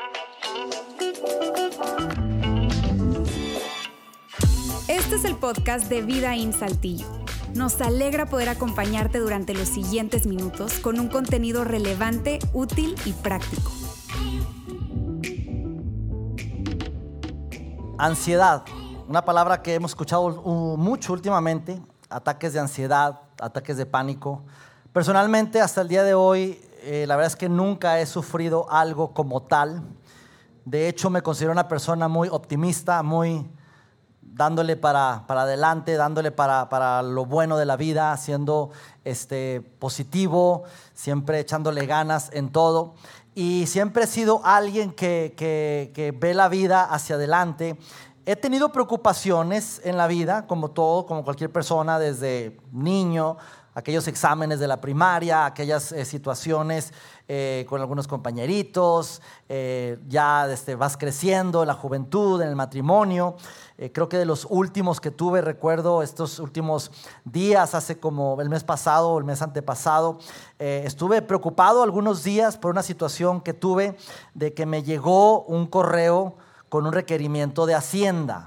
Este es el podcast de Vida en Saltillo. Nos alegra poder acompañarte durante los siguientes minutos con un contenido relevante, útil y práctico. Ansiedad, una palabra que hemos escuchado mucho últimamente, ataques de ansiedad, ataques de pánico. Personalmente, hasta el día de hoy, la verdad es que nunca he sufrido algo como tal. De hecho, me considero una persona muy optimista, muy dándole para adelante, dándole para lo bueno de la vida, siendo positivo, siempre echándole ganas en todo. Y siempre he sido alguien que ve la vida hacia adelante. He tenido preocupaciones en la vida, como todo, como cualquier persona, desde niño, aquellos exámenes de la primaria, aquellas situaciones con algunos compañeritos, ya vas creciendo en la juventud, en el matrimonio. Creo que de los últimos que tuve, recuerdo estos últimos días, hace como el mes pasado o el mes antepasado, estuve preocupado algunos días por una situación que tuve de que me llegó un correo con un requerimiento de Hacienda.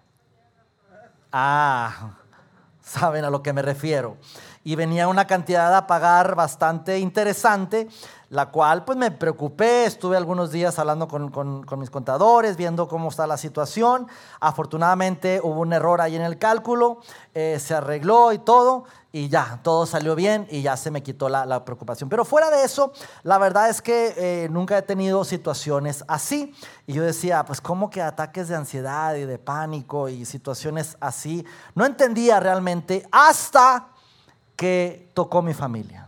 Saben a lo que me refiero. Y venía una cantidad a pagar bastante interesante, la cual pues me preocupé. Estuve algunos días hablando con mis contadores, viendo cómo está la situación. Afortunadamente hubo un error ahí en el cálculo, se arregló y todo todo salió bien y ya se me quitó la preocupación. Pero fuera de eso, la verdad es que nunca he tenido situaciones así. Y yo decía, pues ¿cómo que ataques de ansiedad y de pánico y situaciones así? No entendía realmente hasta que tocó mi familia.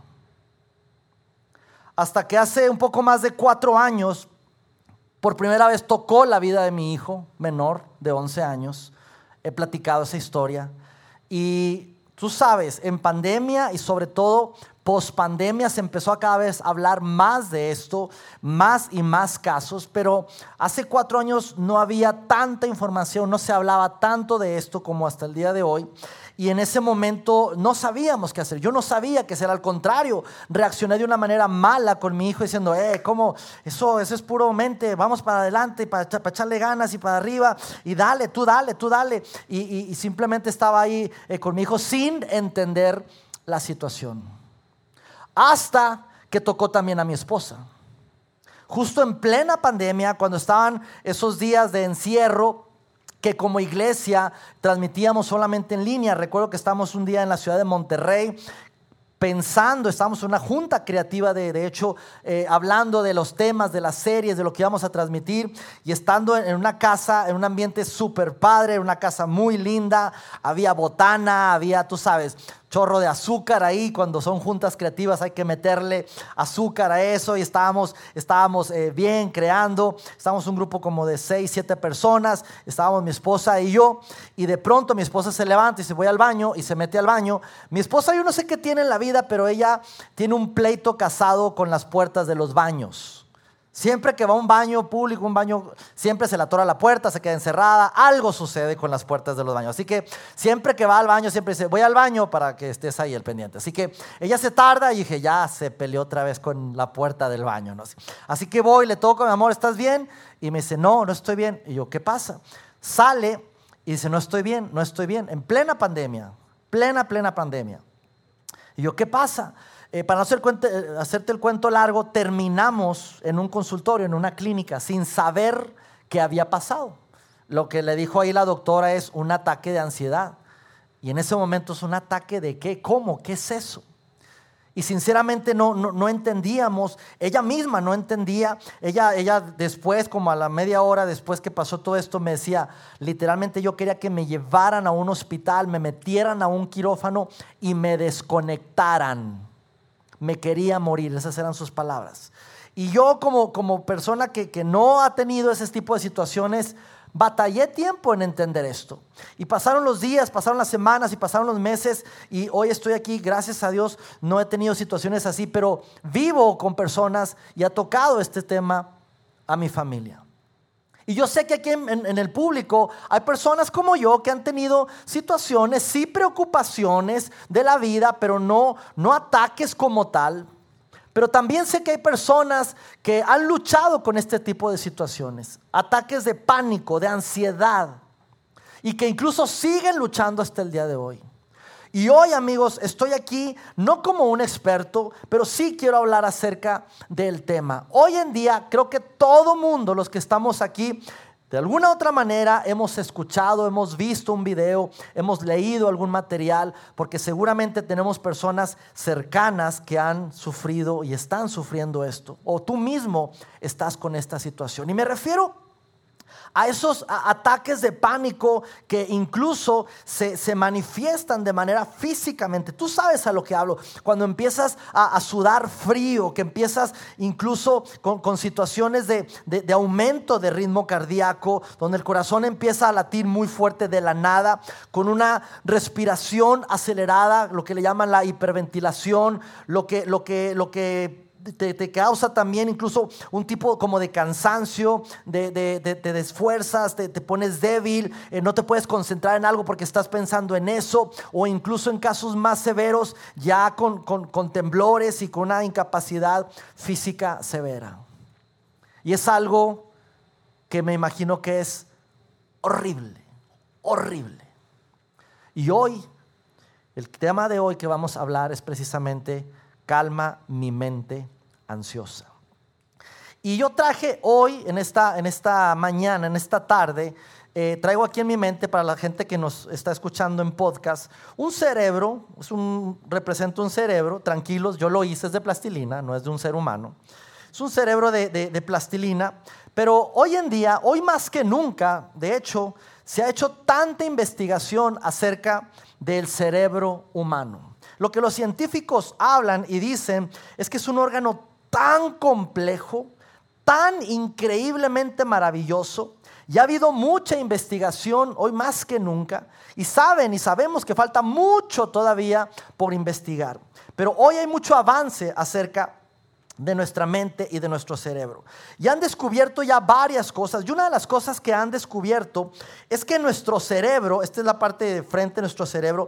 Hasta que hace un poco más de 4 años, por primera vez tocó la vida de mi hijo menor de 11 años. He platicado esa historia. Y tú sabes, en pandemia y sobre todo pospandemia se empezó a cada vez hablar más de esto, más y más casos, pero hace 4 años no había tanta información, no se hablaba tanto de esto como hasta el día de hoy. Y en ese momento no sabíamos qué hacer. Yo no sabía qué hacer, al contrario, reaccioné de una manera mala con mi hijo diciendo, ¿cómo? Eso es puro mente, vamos para adelante, para echarle ganas y para arriba, y dale, tú dale. Y simplemente estaba ahí con mi hijo sin entender la situación. Hasta que tocó también a mi esposa. Justo en plena pandemia, cuando estaban esos días de encierro, que como iglesia transmitíamos solamente en línea. Recuerdo que estábamos un día en la ciudad de Monterrey estábamos en una junta creativa, de hecho, hablando de los temas, de las series, de lo que íbamos a transmitir, y estando en una casa, en un ambiente súper padre, una casa muy linda, había botana, había, tú sabes, chorro de azúcar ahí. Cuando son juntas creativas hay que meterle azúcar a eso, y estábamos bien creando. Estábamos un grupo como de 6, 7 personas, estábamos mi esposa y yo, y de pronto mi esposa se levanta y se voy al baño, y se mete al baño. Mi esposa, yo no sé qué tiene en la vida, pero ella tiene un pleito casado con las puertas de los baños. Siempre que va a un baño público, siempre se le atora la puerta, se queda encerrada. Algo sucede con las puertas de los baños. Así que siempre que va al baño, siempre dice, voy al baño, para que estés ahí al pendiente. Así que ella se tarda y dije, ya se peleó otra vez con la puerta del baño, ¿no? Así que voy, le toco, mi amor, ¿estás bien? Y me dice, no estoy bien. Y yo, ¿qué pasa? Sale y dice, no estoy bien. En plena pandemia, plena pandemia. Y yo, ¿qué pasa? Para no hacerte el cuento largo, terminamos en un consultorio, en una clínica, sin saber qué había pasado. Lo que le dijo ahí la doctora es un ataque de ansiedad. Y en ese momento es un ataque de ¿qué? ¿Cómo? ¿Qué es eso? Y sinceramente no entendíamos. Ella misma no entendía. Ella después, como a la media hora después que pasó todo esto, me decía, literalmente yo quería que me llevaran a un hospital, me metieran a un quirófano y me desconectaran. Me quería morir, esas eran sus palabras. Y yo como persona que no ha tenido ese tipo de situaciones, batallé tiempo en entender esto. Y pasaron los días, pasaron las semanas y pasaron los meses, y hoy estoy aquí, gracias a Dios, no he tenido situaciones así, pero vivo con personas y ha tocado este tema a mi familia. Y yo sé que aquí en el público hay personas como yo que han tenido situaciones, sí, preocupaciones de la vida, pero no ataques como tal. Pero también sé que hay personas que han luchado con este tipo de situaciones, ataques de pánico, de ansiedad, y que incluso siguen luchando hasta el día de hoy. Y hoy, amigos, estoy aquí no como un experto, pero sí quiero hablar acerca del tema. Hoy en día creo que todo mundo, los que estamos aquí, de alguna u otra manera hemos escuchado, hemos visto un video, hemos leído algún material, porque seguramente tenemos personas cercanas que han sufrido y están sufriendo esto, o tú mismo estás con esta situación. Y me refiero a esos ataques de pánico que incluso se manifiestan de manera físicamente. Tú sabes a lo que hablo. Cuando empiezas a sudar frío, que empiezas incluso con situaciones de aumento de ritmo cardíaco, donde el corazón empieza a latir muy fuerte de la nada, con una respiración acelerada, lo que le llaman la hiperventilación, lo que te causa también incluso un tipo como de cansancio, te desfuerzas, te pones débil, no te puedes concentrar en algo porque estás pensando en eso, o incluso en casos más severos ya con temblores y con una incapacidad física severa. Y es algo que me imagino que es horrible, horrible. Y hoy, el tema de hoy que vamos a hablar es precisamente calma mi mente ansiosa. Y yo traje hoy, en esta mañana, en esta tarde, traigo aquí en mi mente, para la gente que nos está escuchando en podcast, un cerebro, representa un cerebro, tranquilos, yo lo hice, es de plastilina, no es de un ser humano. Es un cerebro de plastilina, pero hoy en día, hoy más que nunca, de hecho, se ha hecho tanta investigación acerca del cerebro humano. Lo que los científicos hablan y dicen es que es un órgano tan complejo, tan increíblemente maravilloso, y ha habido mucha investigación hoy más que nunca, y sabemos que falta mucho todavía por investigar, pero hoy hay mucho avance acerca de nuestra mente y de nuestro cerebro. Y han descubierto ya varias cosas, y una de las cosas que han descubierto es que nuestro cerebro, esta es la parte de frente de nuestro cerebro,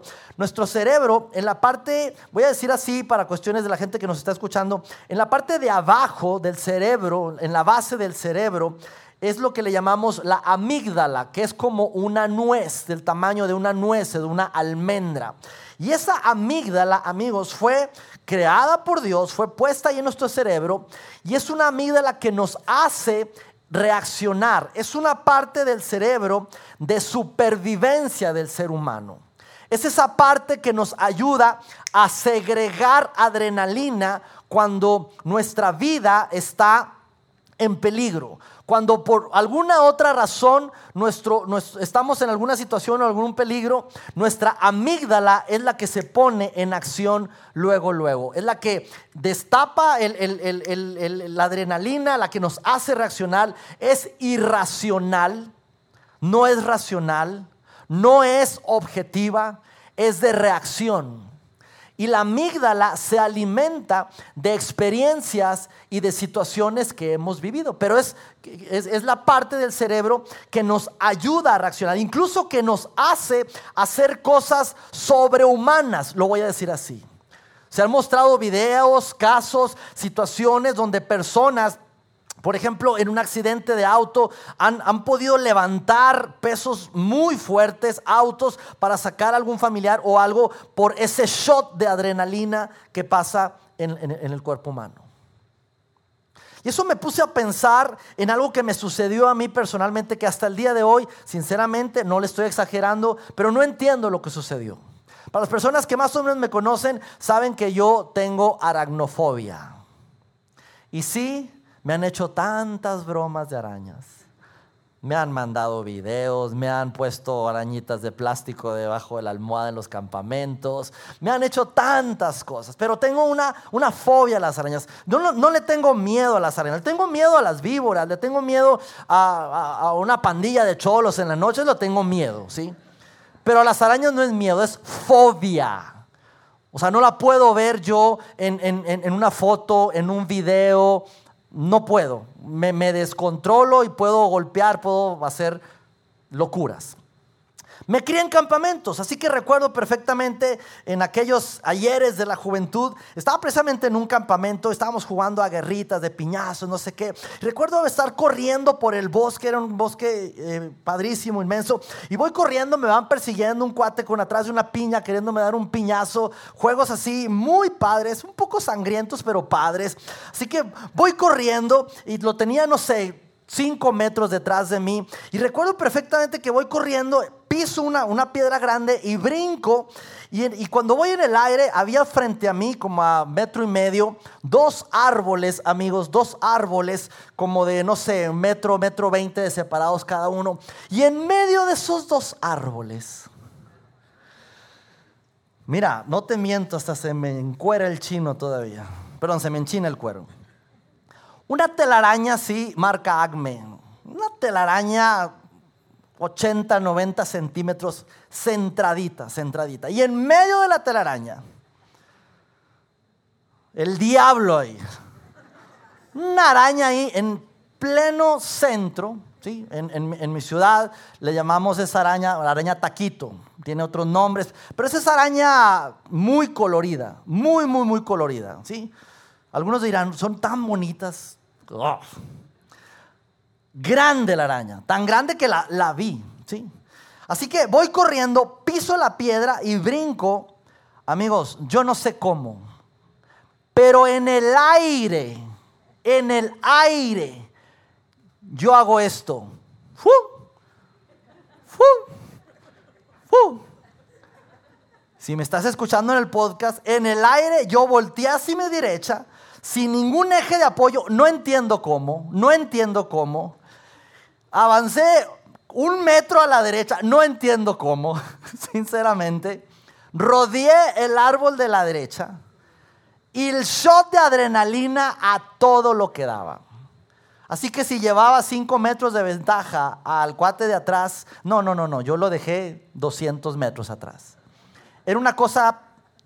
en la parte, voy a decir así para cuestiones de la gente que nos está escuchando, en la parte de abajo del cerebro, en la base del cerebro, es lo que le llamamos la amígdala, que es como una nuez, del tamaño de una nuez, de una almendra. Y esa amígdala, amigos, fue creada por Dios, fue puesta ahí en nuestro cerebro, y es una amígdala que nos hace reaccionar. Es una parte del cerebro de supervivencia del ser humano. Es esa parte que nos ayuda a segregar adrenalina cuando nuestra vida está en peligro. Cuando por alguna otra razón estamos en alguna situación o algún peligro, nuestra amígdala es la que se pone en acción luego. Es la que destapa la adrenalina, la que nos hace reaccionar. Es irracional, no es racional, no es objetiva, es de reacción. Y la amígdala se alimenta de experiencias y de situaciones que hemos vivido. Pero es la parte del cerebro que nos ayuda a reaccionar, incluso que nos hace hacer cosas sobrehumanas, lo voy a decir así. Se han mostrado videos, casos, situaciones donde personas, por ejemplo, en un accidente de auto, han podido levantar pesos muy fuertes, autos, para sacar a algún familiar o algo por ese shot de adrenalina que pasa en el cuerpo humano. Y eso me puse a pensar en algo que me sucedió a mí personalmente, que hasta el día de hoy, sinceramente, no le estoy exagerando, pero no entiendo lo que sucedió. Para las personas que más o menos me conocen, saben que yo tengo aracnofobia. Y sí, me han hecho tantas bromas de arañas. Me han mandado videos, me han puesto arañitas de plástico debajo de la almohada en los campamentos. Me han hecho tantas cosas, pero tengo una fobia a las arañas. Yo no le tengo miedo a las arañas, le tengo miedo a las víboras, le tengo miedo a una pandilla de cholos en la noche, le tengo miedo, ¿sí? Pero a las arañas no es miedo, es fobia. O sea, no la puedo ver yo en una foto, en un video. No puedo, me descontrolo y puedo golpear, puedo hacer locuras. Me crié en campamentos, así que recuerdo perfectamente en aquellos ayeres de la juventud, estaba precisamente en un campamento, estábamos jugando a guerritas de piñazos, no sé qué. Recuerdo estar corriendo por el bosque, era un bosque padrísimo, inmenso, y voy corriendo, me van persiguiendo un cuate con atrás de una piña, queriéndome dar un piñazo, juegos así muy padres, un poco sangrientos, pero padres. Así que voy corriendo y lo tenía, no sé, 5 metros detrás de mí, y recuerdo perfectamente que voy corriendo, piso una piedra grande y brinco, y cuando voy en el aire había frente a mí, como a 1.5 metros, 2 árboles, amigos, 2 árboles como de, no sé, 1.20 metros de separados cada uno, y en medio de esos 2 árboles, mira, no te miento, hasta se me encuera el chino todavía, perdón, se me enchina el cuero. Una telaraña así, marca Acme, una telaraña 80, 90 centímetros, centradita. Y en medio de la telaraña, el diablo ahí. Una araña ahí en pleno centro, ¿sí? En mi ciudad le llamamos esa araña, la araña taquito. Tiene otros nombres, pero es esa araña muy colorida, muy colorida, ¿sí? Algunos dirán, son tan bonitas. Oh. Grande la araña, tan grande que la vi, ¿sí? Así que voy corriendo, piso la piedra y brinco. Amigos, yo no sé cómo, pero en el aire, yo hago esto. ¡Fu! ¡Fu! ¡Fu! Si me estás escuchando en el podcast, en el aire yo volteé hacia mi derecha, sin ningún eje de apoyo, no entiendo cómo. Avancé 1 metro a la derecha, no entiendo cómo, sinceramente. Rodeé el árbol de la derecha y el shot de adrenalina a todo lo que daba. Así que si llevaba 5 metros de ventaja al cuate de atrás, no, yo lo dejé 200 metros atrás. Era una cosa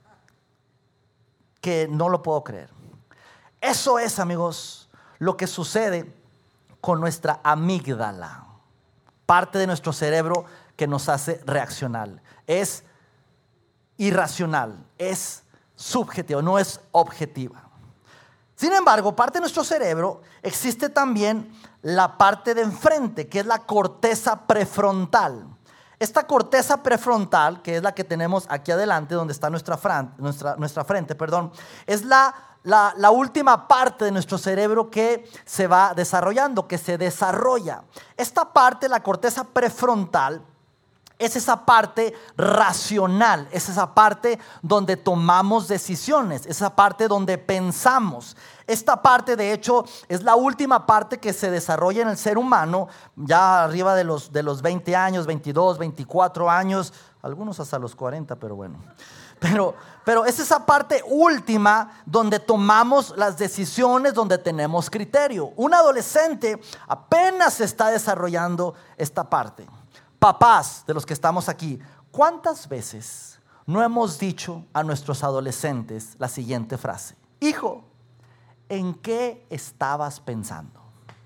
que no lo puedo creer. Eso es, amigos, lo que sucede con nuestra amígdala, parte de nuestro cerebro que nos hace reaccionar. Es irracional, es subjetiva, no es objetiva. Sin embargo, parte de nuestro cerebro existe también la parte de enfrente, que es la corteza prefrontal. Esta corteza prefrontal, que es la que tenemos aquí adelante, donde está nuestra frente, es la última parte de nuestro cerebro que se va desarrollando, que se desarrolla. Esta parte, la corteza prefrontal, es esa parte racional, es esa parte donde tomamos decisiones, esa parte donde pensamos. Esta parte, de hecho, es la última parte que se desarrolla en el ser humano, ya arriba de los 20 años, 22, 24 años, algunos hasta los 40, pero bueno. Pero es esa parte última donde tomamos las decisiones, donde tenemos criterio. Un adolescente apenas está desarrollando esta parte. Papás de los que estamos aquí, ¿cuántas veces no hemos dicho a nuestros adolescentes la siguiente frase? Hijo, ¿en qué estabas pensando?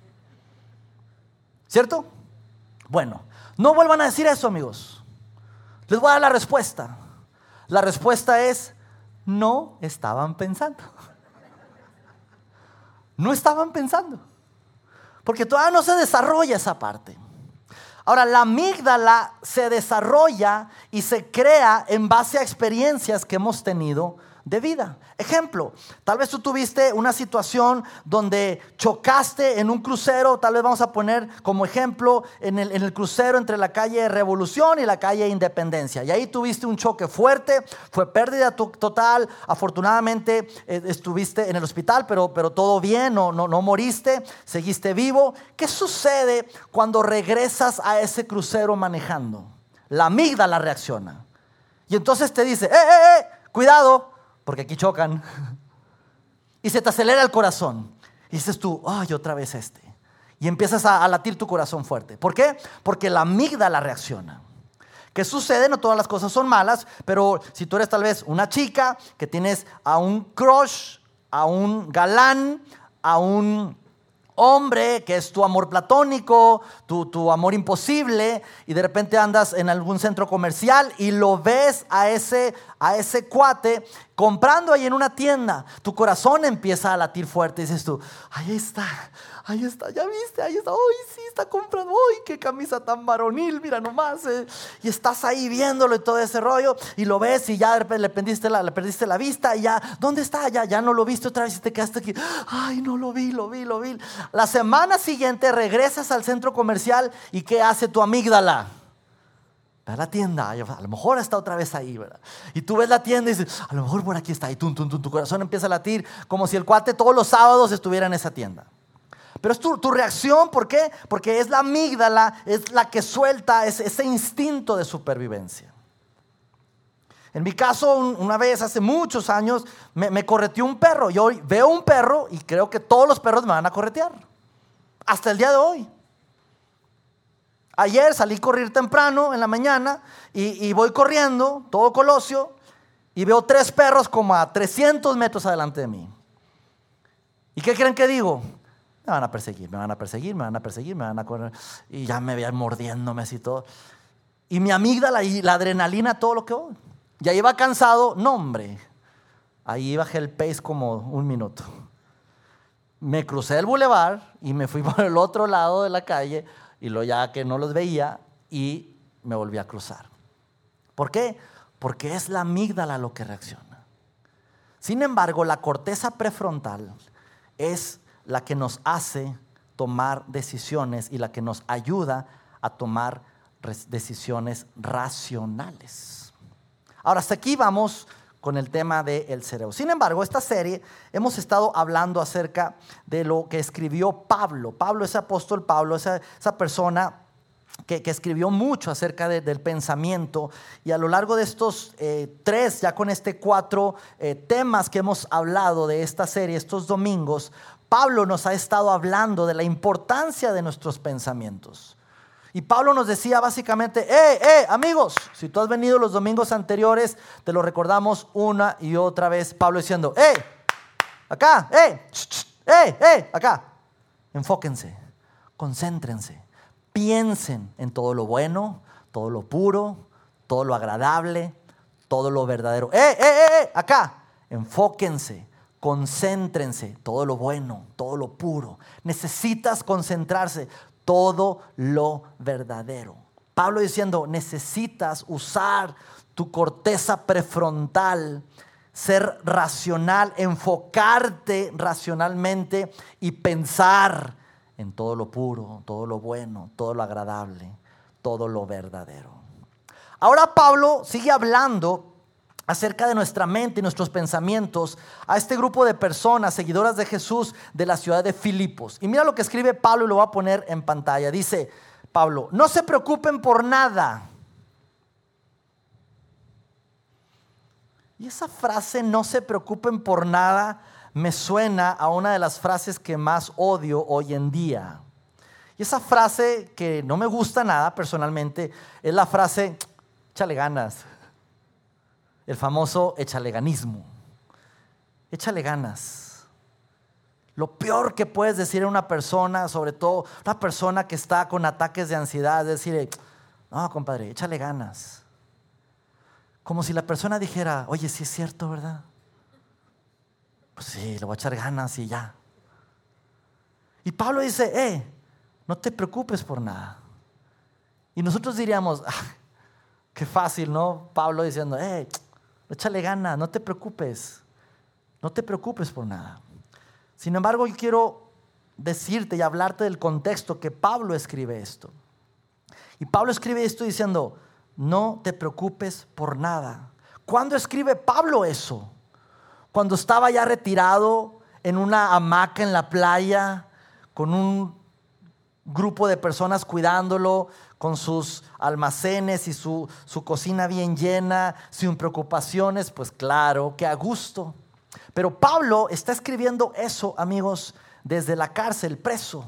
¿Cierto? Bueno, no vuelvan a decir eso, amigos. Les voy a dar la respuesta. La respuesta es, no estaban pensando. No estaban pensando. Porque todavía no se desarrolla esa parte. Ahora, la amígdala se desarrolla y se crea en base a experiencias que hemos tenido de vida. Ejemplo, tal vez tú tuviste una situación donde chocaste en un crucero, tal vez vamos a poner como ejemplo en el crucero entre la calle Revolución y la calle Independencia, y ahí tuviste un choque fuerte, fue pérdida total, afortunadamente estuviste en el hospital, pero todo bien, no moriste, seguiste vivo. ¿Qué sucede cuando regresas a ese crucero manejando? La amígdala reacciona y entonces te dice, cuidado, porque aquí chocan. Y se te acelera el corazón. Y dices tú, ay, otra vez este. Y empiezas a latir tu corazón fuerte. ¿Por qué? Porque la amígdala reacciona. ¿Qué sucede? No todas las cosas son malas, pero si tú eres tal vez una chica que tienes a un crush, a un galán, a un hombre que es tu amor platónico, tu amor imposible, y de repente andas en algún centro comercial y lo ves a ese cuate comprando ahí en una tienda. Tu corazón empieza a latir fuerte y dices tú, ahí está, ya viste, ahí está, uy, sí, está comprando, uy, qué camisa tan varonil, mira nomás, y estás ahí viéndolo y todo ese rollo, y lo ves y ya de repente le perdiste la vista, y ya, ¿dónde está? Ya no lo viste otra vez y te quedaste aquí, ay, no lo vi. La semana siguiente regresas al centro comercial y ¿qué hace tu amígdala? Ve a la tienda, a lo mejor está otra vez ahí, ¿verdad? Y tú ves la tienda y dices, a lo mejor por aquí está, y tu corazón empieza a latir como si el cuate todos los sábados estuviera en esa tienda. Pero es tu reacción, ¿por qué? Porque es la amígdala, es la que suelta ese instinto de supervivencia. En mi caso, una vez hace muchos años, me correteó un perro. Yo veo un perro y creo que todos los perros me van a corretear. Hasta el día de hoy. Ayer salí a correr temprano en la mañana y voy corriendo, todo Colosio, y veo 3 perros como a 300 metros adelante de mí. ¿Y qué creen que digo? Me van a perseguir, me van a correr. Y ya me veían mordiéndome así todo. Y mi amígdala y la adrenalina, todo lo que voy. Ya iba cansado, no hombre. Ahí bajé el pace como 1 minuto. Me crucé el bulevar y me fui por el otro lado de la calle. Y luego ya que no los veía y me volví a cruzar. ¿Por qué? Porque es la amígdala lo que reacciona. Sin embargo, la corteza prefrontal es la que nos hace tomar decisiones y la que nos ayuda a tomar decisiones racionales. Ahora, hasta aquí vamos con el tema del cerebro. Sin embargo, esta serie hemos estado hablando acerca de lo que escribió Pablo. Pablo, ese apóstol Pablo, esa persona que escribió mucho acerca del pensamiento, y a lo largo de estos 3, ya con 4 temas que hemos hablado de esta serie, estos domingos, Pablo nos ha estado hablando de la importancia de nuestros pensamientos. Y Pablo nos decía básicamente, amigos, si tú has venido los domingos anteriores, te lo recordamos una y otra vez, Pablo diciendo, acá, acá, enfóquense, concéntrense, piensen en todo lo bueno, todo lo puro, todo lo agradable, todo lo verdadero. Acá, enfóquense, concéntrense, todo lo bueno, todo lo puro. Necesitas concentrarse, todo lo verdadero. Pablo diciendo, necesitas usar tu corteza prefrontal, ser racional, enfocarte racionalmente y pensar en todo lo puro, todo lo bueno, todo lo agradable, todo lo verdadero. Ahora Pablo sigue hablando acerca de nuestra mente y nuestros pensamientos a este grupo de personas seguidoras de Jesús de la ciudad de Filipos. Y mira lo que escribe Pablo y lo voy a poner en pantalla. Dice Pablo, no se preocupen por nada. Y esa frase, no se preocupen por nada, me suena a una de las frases que más odio hoy en día. Y esa frase que no me gusta nada personalmente es la frase, échale ganas. El famoso échaleganismo. Échale ganas. Lo peor que puedes decir a una persona, sobre todo una persona que está con ataques de ansiedad, es decir, no, compadre, échale ganas. Como si la persona dijera, oye, sí es cierto, ¿verdad? Pues sí, le voy a echar ganas y ya. Y Pablo dice, no te preocupes por nada. Y nosotros diríamos, qué fácil, ¿no? Pablo diciendo, échale ganas, no te preocupes por nada. Sin embargo, yo quiero decirte y hablarte del contexto que Pablo escribe esto. Y Pablo escribe esto diciendo, no te preocupes por nada. ¿Cuándo escribe Pablo eso? Cuando estaba ya retirado en una hamaca en la playa, con un grupo de personas cuidándolo, con sus almacenes y su cocina bien llena, sin preocupaciones, pues claro, que a gusto. Pero Pablo está escribiendo eso, amigos, desde la cárcel, preso,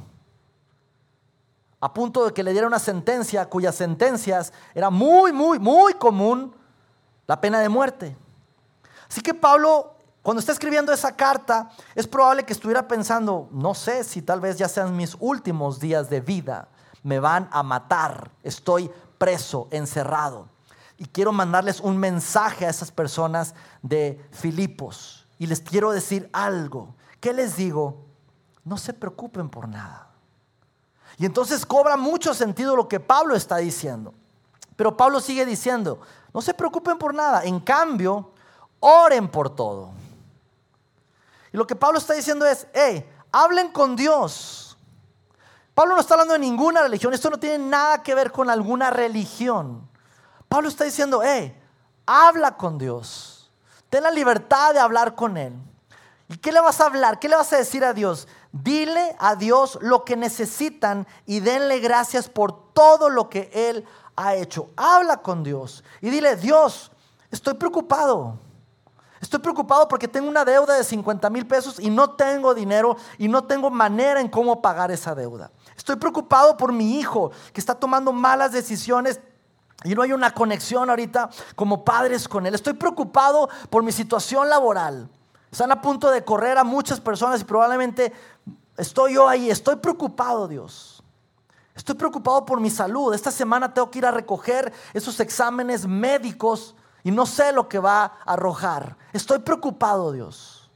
a punto de que le diera una sentencia, cuyas sentencias era muy, muy, muy común, la pena de muerte. Así que Pablo Cuando está escribiendo esa carta, es probable que estuviera pensando, no sé si tal vez ya sean mis últimos días de vida, me van a matar, estoy preso, encerrado. Y quiero mandarles un mensaje a esas personas de Filipos. Y les quiero decir algo. ¿Qué les digo? No se preocupen por nada. Y entonces cobra mucho sentido lo que Pablo está diciendo. Pero Pablo sigue diciendo, no se preocupen por nada. En cambio, oren por todo. Y lo que Pablo está diciendo es, hablen con Dios. Pablo no está hablando de ninguna religión. Esto no tiene nada que ver con alguna religión. Pablo está diciendo, habla con Dios. Ten la libertad de hablar con Él. ¿Y qué le vas a hablar? ¿Qué le vas a decir a Dios? Dile a Dios lo que necesitan y denle gracias por todo lo que Él ha hecho. Habla con Dios y dile, Dios, estoy preocupado. Estoy preocupado porque tengo una deuda de 50,000 pesos y no tengo dinero y no tengo manera en cómo pagar esa deuda. Estoy preocupado por mi hijo que está tomando malas decisiones y no hay una conexión ahorita como padres con él. Estoy preocupado por mi situación laboral. Están a punto de correr a muchas personas y probablemente estoy yo ahí. Estoy preocupado, Dios. Estoy preocupado por mi salud. Esta semana tengo que ir a recoger esos exámenes médicos y no sé lo que va a arrojar. Estoy preocupado, Dios.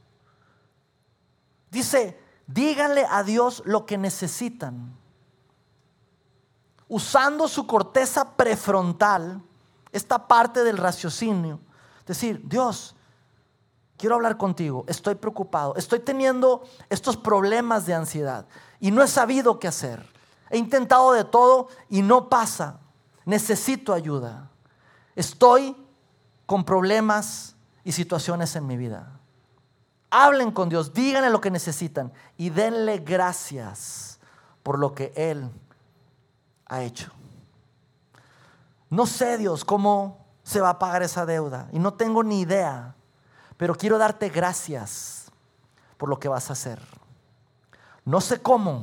Dice, díganle a Dios lo que necesitan. Usando su corteza prefrontal, esta parte del raciocinio. Decir, Dios, quiero hablar contigo, estoy preocupado, estoy teniendo estos problemas de ansiedad y no he sabido qué hacer. He intentado de todo y no pasa. Necesito ayuda. Estoy con problemas y situaciones en mi vida. Hablen con Dios, díganle lo que necesitan y denle gracias por lo que Él ha hecho. No sé, Dios, cómo se va a pagar esa deuda y no tengo ni idea, pero quiero darte gracias por lo que vas a hacer. No sé cómo,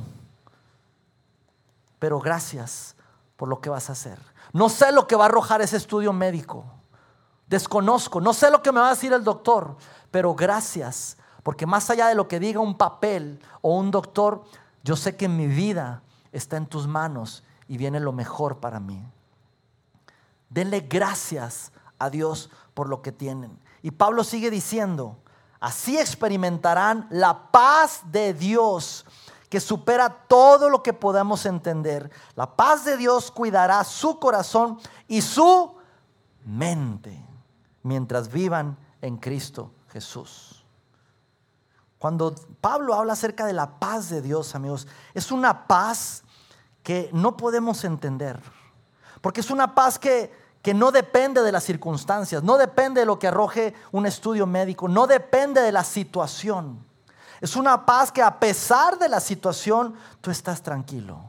pero gracias por lo que vas a hacer. No sé lo que va a arrojar ese estudio médico. Desconozco, no sé lo que me va a decir el doctor, pero gracias, porque más allá de lo que diga un papel o un doctor, yo sé que mi vida está en tus manos y viene lo mejor para mí. Denle gracias a Dios por lo que tienen. Y Pablo sigue diciendo, así experimentarán la paz de Dios que supera todo lo que podamos entender. La paz de Dios cuidará su corazón y su mente mientras vivan en Cristo Jesús. Cuando Pablo habla acerca de la paz de Dios, amigos, es una paz que no podemos entender, porque es una paz que no depende de las circunstancias, no depende de lo que arroje un estudio médico, no depende de la situación. Es una paz que a pesar de la situación, tú estás tranquilo.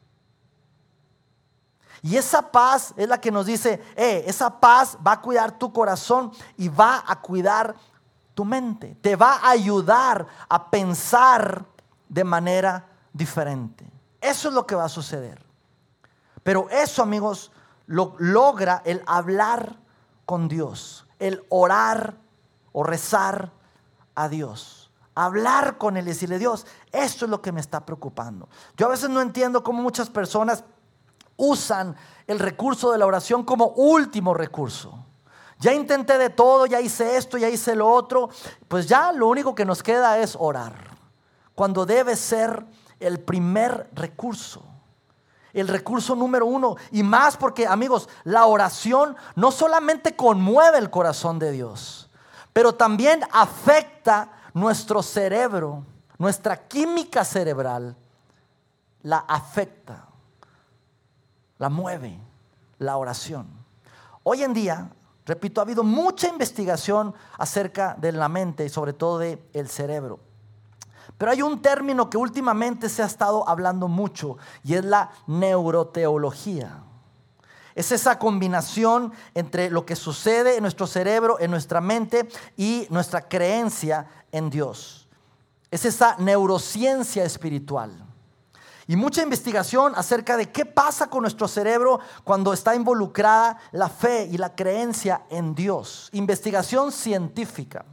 Y esa paz es la que nos dice, esa paz va a cuidar tu corazón y va a cuidar tu mente. Te va a ayudar a pensar de manera diferente. Eso es lo que va a suceder. Pero eso, amigos, lo logra el hablar con Dios, el orar o rezar a Dios. Hablar con Él y decirle, Dios, esto es lo que me está preocupando. Yo a veces no entiendo cómo muchas personas usan el recurso de la oración como último recurso. Ya intenté de todo, ya hice esto, ya hice lo otro. Pues ya lo único que nos queda es orar, cuando debe ser el primer recurso, el recurso número uno. Y más porque, amigos, la oración no solamente conmueve el corazón de Dios, pero también afecta nuestro cerebro, nuestra química cerebral, la afecta, la mueve la oración. Hoy en día, repito, ha habido mucha investigación acerca de la mente y sobre todo del cerebro. Pero hay un término que últimamente se ha estado hablando mucho y es la neuroteología. Es esa combinación entre lo que sucede en nuestro cerebro, en nuestra mente y nuestra creencia en Dios. Es esa neurociencia espiritual. Y mucha investigación acerca de qué pasa con nuestro cerebro cuando está involucrada la fe y la creencia en Dios. Investigación científica.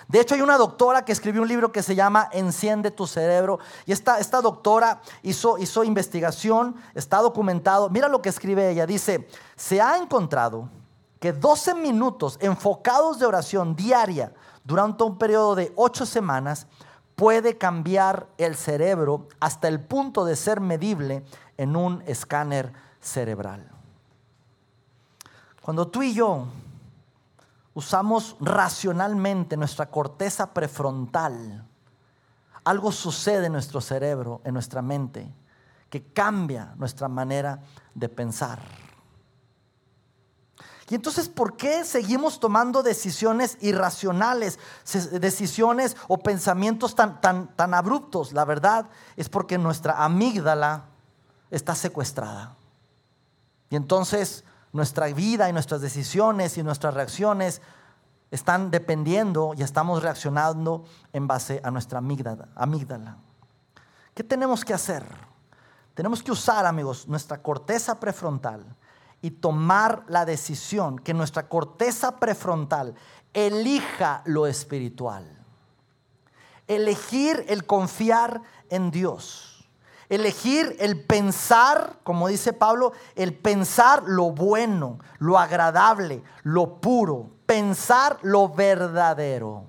De hecho, hay una doctora que escribió un libro que se llama Enciende tu cerebro. Y esta doctora hizo investigación, está documentado. Mira lo que escribe ella. Dice, se ha encontrado que 12 minutos enfocados de oración diaria durante un periodo de 8 semanas puede cambiar el cerebro hasta el punto de ser medible en un escáner cerebral. Cuando tú y yo usamos racionalmente nuestra corteza prefrontal, algo sucede en nuestro cerebro, en nuestra mente, que cambia nuestra manera de pensar. Y entonces, ¿por qué seguimos tomando decisiones irracionales, decisiones o pensamientos tan abruptos? La verdad es porque nuestra amígdala está secuestrada. Y entonces nuestra vida y nuestras decisiones y nuestras reacciones están dependiendo y estamos reaccionando en base a nuestra amígdala. ¿Qué tenemos que hacer? Tenemos que usar, amigos, nuestra corteza prefrontal y tomar la decisión que nuestra corteza prefrontal elija lo espiritual. Elegir el confiar en Dios. Elegir el pensar, como dice Pablo, el pensar lo bueno, lo agradable, lo puro, pensar lo verdadero.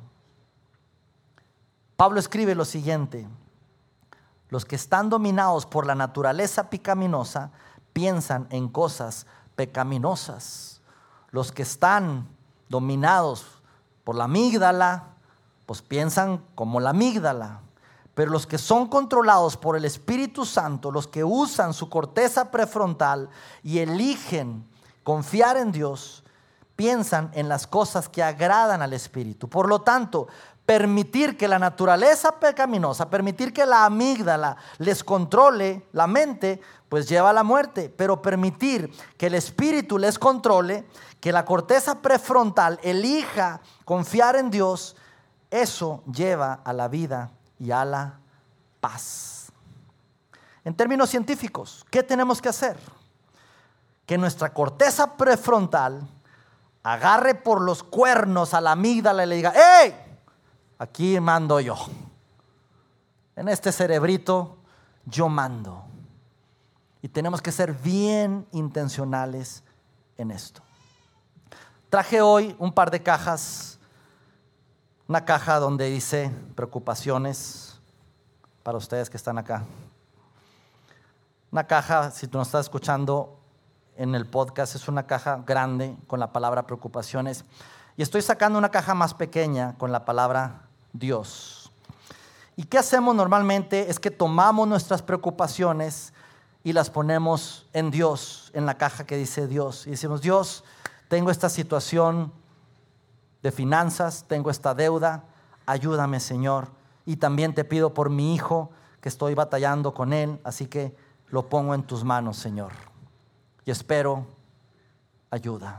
Pablo escribe lo siguiente: los que están dominados por la naturaleza pecaminosa piensan en cosas pecaminosas. Los que están dominados por la amígdala, pues piensan como la amígdala. Pero los que son controlados por el Espíritu Santo, los que usan su corteza prefrontal y eligen confiar en Dios, piensan en las cosas que agradan al Espíritu. Por lo tanto, permitir que la naturaleza pecaminosa, permitir que la amígdala les controle la mente, pues lleva a la muerte. Pero permitir que el Espíritu les controle, que la corteza prefrontal elija confiar en Dios, eso lleva a la vida y a la paz. En términos científicos, ¿qué tenemos que hacer? Que nuestra corteza prefrontal agarre por los cuernos a la amígdala y le diga: ¡hey! Aquí mando yo. En este cerebrito yo mando. Y tenemos que ser bien intencionales en esto. Traje hoy un par de cajas. Una caja donde dice preocupaciones para ustedes que están acá. Una caja, si tú nos estás escuchando en el podcast, es una caja grande con la palabra preocupaciones. Y estoy sacando una caja más pequeña con la palabra Dios. ¿Y qué hacemos normalmente? Es que tomamos nuestras preocupaciones y las ponemos en Dios, en la caja que dice Dios. Y decimos: Dios, tengo esta situación de finanzas, tengo esta deuda, ayúdame, Señor. Y también te pido por mi hijo, que estoy batallando con él, así que lo pongo en tus manos, Señor. Y espero ayuda.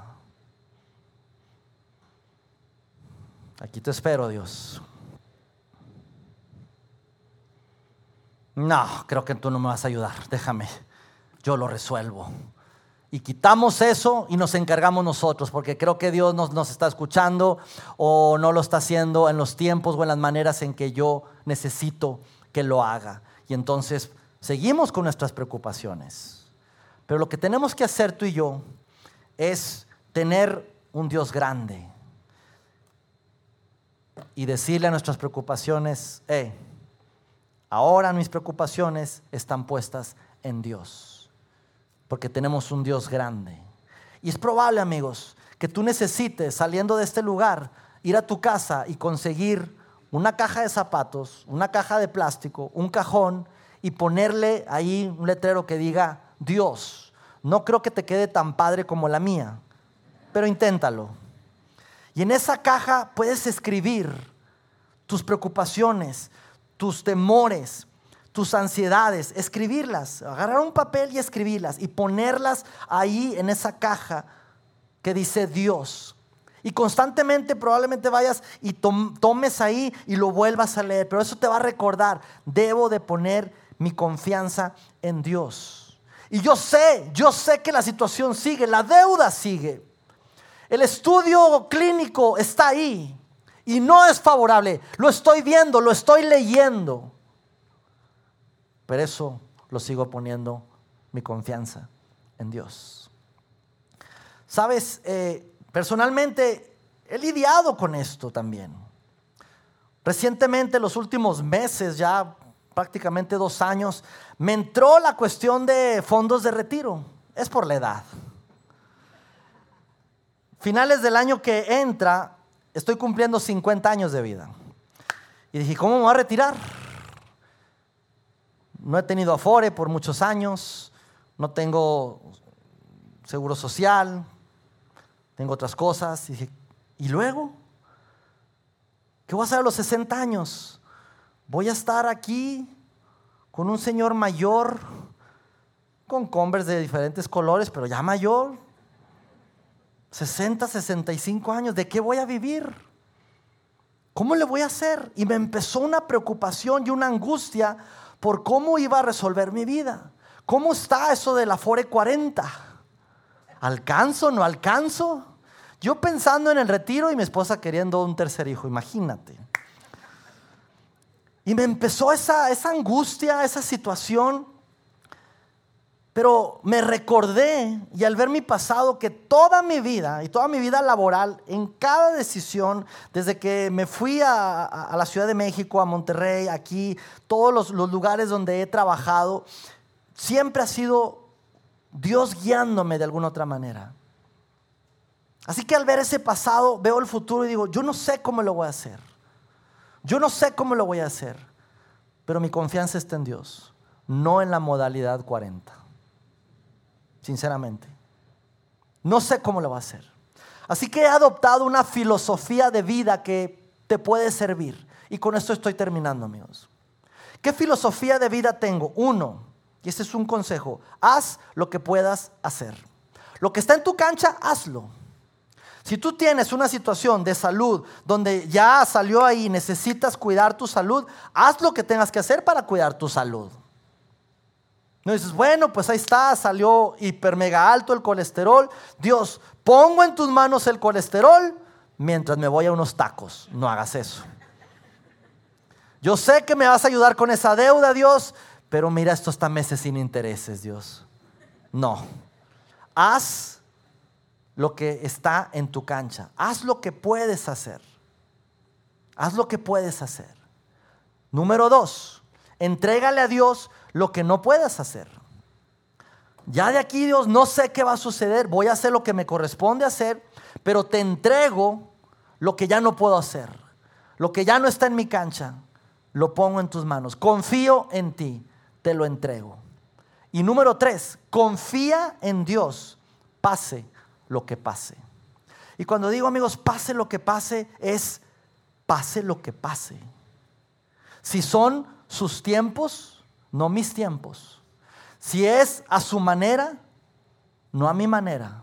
Aquí te espero, Dios. No, creo que tú no me vas a ayudar, déjame, yo lo resuelvo. Y quitamos eso y nos encargamos nosotros, porque creo que Dios nos está escuchando o no lo está haciendo en los tiempos o en las maneras en que yo necesito que lo haga. Y entonces seguimos con nuestras preocupaciones. Pero lo que tenemos que hacer tú y yo es tener un Dios grande y decirle a nuestras preocupaciones: ahora mis preocupaciones están puestas en Dios. Porque tenemos un Dios grande. Y es probable, amigos, que tú necesites, saliendo de este lugar, ir a tu casa y conseguir una caja de zapatos, una caja de plástico, un cajón, y ponerle ahí un letrero que diga Dios. No creo que te quede tan padre como la mía, pero inténtalo. Y en esa caja puedes escribir tus preocupaciones, tus temores, tus ansiedades, escribirlas, agarrar un papel y escribirlas y ponerlas ahí en esa caja que dice Dios. Y constantemente probablemente vayas y tomes ahí y lo vuelvas a leer, pero eso te va a recordar: debo de poner mi confianza en Dios. Y yo sé que la situación sigue, la deuda sigue, el estudio clínico está ahí. y no es favorable. Lo estoy viendo, lo estoy leyendo. Pero eso lo sigo poniendo mi confianza en Dios. Sabes, personalmente he lidiado con esto también. Recientemente, los últimos meses, ya prácticamente 2 años, me entró la cuestión de fondos de retiro. Es por la edad. Finales del año que entra, estoy cumpliendo 50 años de vida. Y dije, ¿cómo me voy a retirar? No he tenido Afore por muchos años, no tengo seguro social, tengo otras cosas. Y dije, ¿y luego? ¿Qué voy a hacer a los 60 años? Voy a estar aquí con un señor mayor, con Converse de diferentes colores, pero ya mayor, 60, 65 años. ¿De qué voy a vivir? ¿Cómo le voy a hacer? Y me empezó una preocupación y una angustia por cómo iba a resolver mi vida. ¿Cómo está eso del Afore 40? ¿Alcanzo? ¿No alcanzo? Yo pensando en el retiro y mi esposa queriendo un tercer hijo, imagínate. Y me empezó esa angustia, esa situación. Pero me recordé, y al ver mi pasado, que toda mi vida y toda mi vida laboral, en cada decisión, desde que me fui a la Ciudad de México, a Monterrey, aquí, todos los lugares donde he trabajado, siempre ha sido Dios guiándome de alguna otra manera. Así que al ver ese pasado, veo el futuro y digo, yo no sé cómo lo voy a hacer. Yo no sé cómo lo voy a hacer. Pero mi confianza está en Dios, no en la modalidad 40. Sinceramente. No sé cómo lo voy a hacer. Así que he adoptado una filosofía de vida que te puede servir. Y con esto estoy terminando, amigos. ¿Qué filosofía de vida tengo? 1, y este es un consejo: haz lo que puedas hacer. Lo que está en tu cancha, hazlo. Si tú tienes una situación de salud donde ya salió ahí, necesitas cuidar tu salud, haz lo que tengas que hacer para cuidar tu salud. No dices, bueno, pues ahí está, salió hiper mega alto el colesterol. Dios, pongo en tus manos el colesterol mientras me voy a unos tacos. No hagas eso. Yo sé que me vas a ayudar con esa deuda, Dios, pero mira estos meses sin intereses, Dios. No. Haz lo que está en tu cancha. Haz lo que puedes hacer. Haz lo que puedes hacer. Número 2, entrégale a Dios lo que no puedas hacer. Ya de aquí, Dios, no sé qué va a suceder. Voy a hacer lo que me corresponde hacer, pero te entrego lo que ya no puedo hacer. Lo que ya no está en mi cancha, lo pongo en tus manos. Confío en ti, te lo entrego. Y número 3, confía en Dios, pase lo que pase. Y cuando digo, amigos, pase lo que pase, es pase lo que pase. Si son sus tiempos, no mis tiempos. Si es a su manera, no a mi manera.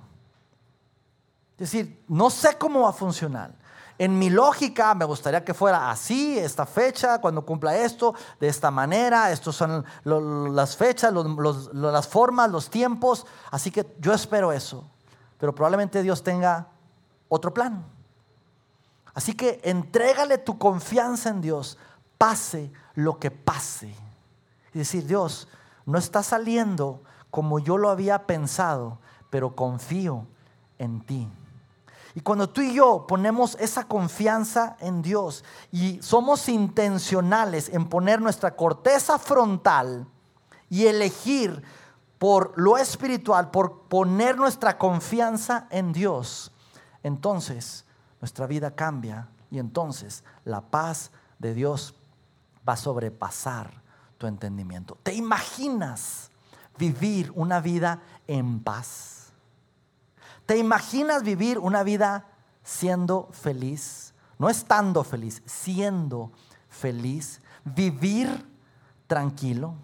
Es decir, no sé cómo va a funcionar. En mi lógica me gustaría que fuera así, esta fecha, cuando cumpla esto, de esta manera. Estos son las fechas, las formas, los tiempos. Así que yo espero eso. Pero probablemente Dios tenga otro plan. Así que entrégale tu confianza en Dios, pase lo que pase. Y decir, Dios, no está saliendo como yo lo había pensado, pero confío en ti. Y cuando tú y yo ponemos esa confianza en Dios y somos intencionales en poner nuestra corteza frontal y elegir por lo espiritual, por poner nuestra confianza en Dios, entonces nuestra vida cambia y entonces la paz de Dios va a sobrepasar tu entendimiento. ¿Te imaginas vivir una vida en paz? ¿Te imaginas vivir una vida siendo feliz? No estando feliz, siendo feliz. Vivir tranquilo.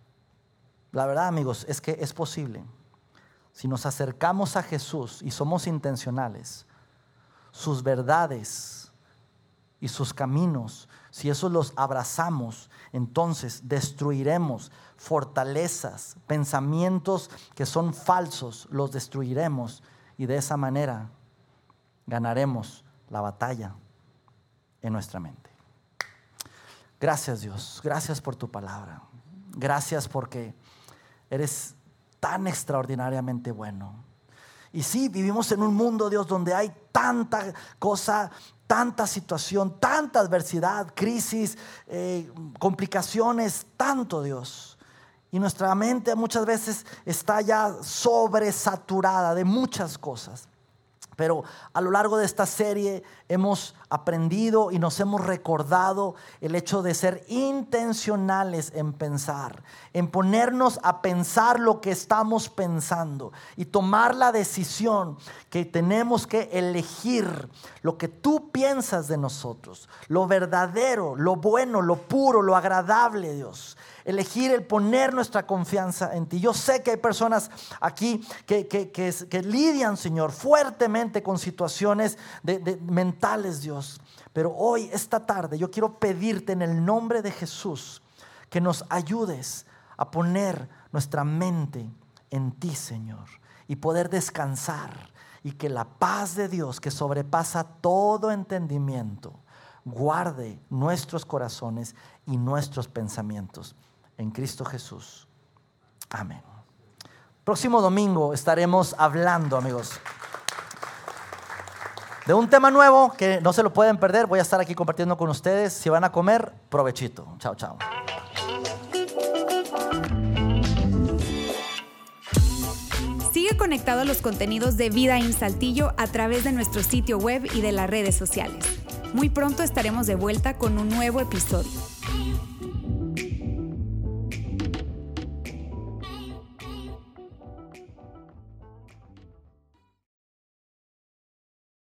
La verdad, amigos, es que es posible. Si nos acercamos a Jesús y somos intencionales, sus verdades y sus caminos, si esos los abrazamos, entonces destruiremos fortalezas, pensamientos que son falsos, los destruiremos y de esa manera ganaremos la batalla en nuestra mente. Gracias, Dios. Gracias por tu palabra. Gracias porque eres tan extraordinariamente bueno. Y sí, vivimos en un mundo, Dios, donde hay tanta cosa, tanta situación, tanta adversidad, crisis, complicaciones, tanto, Dios. Y nuestra mente muchas veces está ya sobresaturada de muchas cosas. Pero a lo largo de esta serie hemos aprendido y nos hemos recordado el hecho de ser intencionales en pensar, en ponernos a pensar lo que estamos pensando y tomar la decisión que tenemos que elegir lo que tú piensas de nosotros, lo verdadero, lo bueno, lo puro, lo agradable, Dios. Elegir el poner nuestra confianza en ti. Yo sé que hay personas aquí que lidian, Señor, fuertemente con situaciones mentales, Dios. Pero hoy, esta tarde, yo quiero pedirte en el nombre de Jesús que nos ayudes a poner nuestra mente en ti, Señor, y poder descansar, y que la paz de Dios, que sobrepasa todo entendimiento, guarde nuestros corazones y nuestros pensamientos en Cristo Jesús. Amén. Próximo domingo estaremos hablando, amigos, de un tema nuevo que no se lo pueden perder. Voy a estar aquí compartiendo con ustedes. Si van a comer, provechito. Chao, chao. Sigue conectado a los contenidos de Vida en Saltillo a través de nuestro sitio web y de las redes sociales. Muy pronto estaremos de vuelta con un nuevo episodio.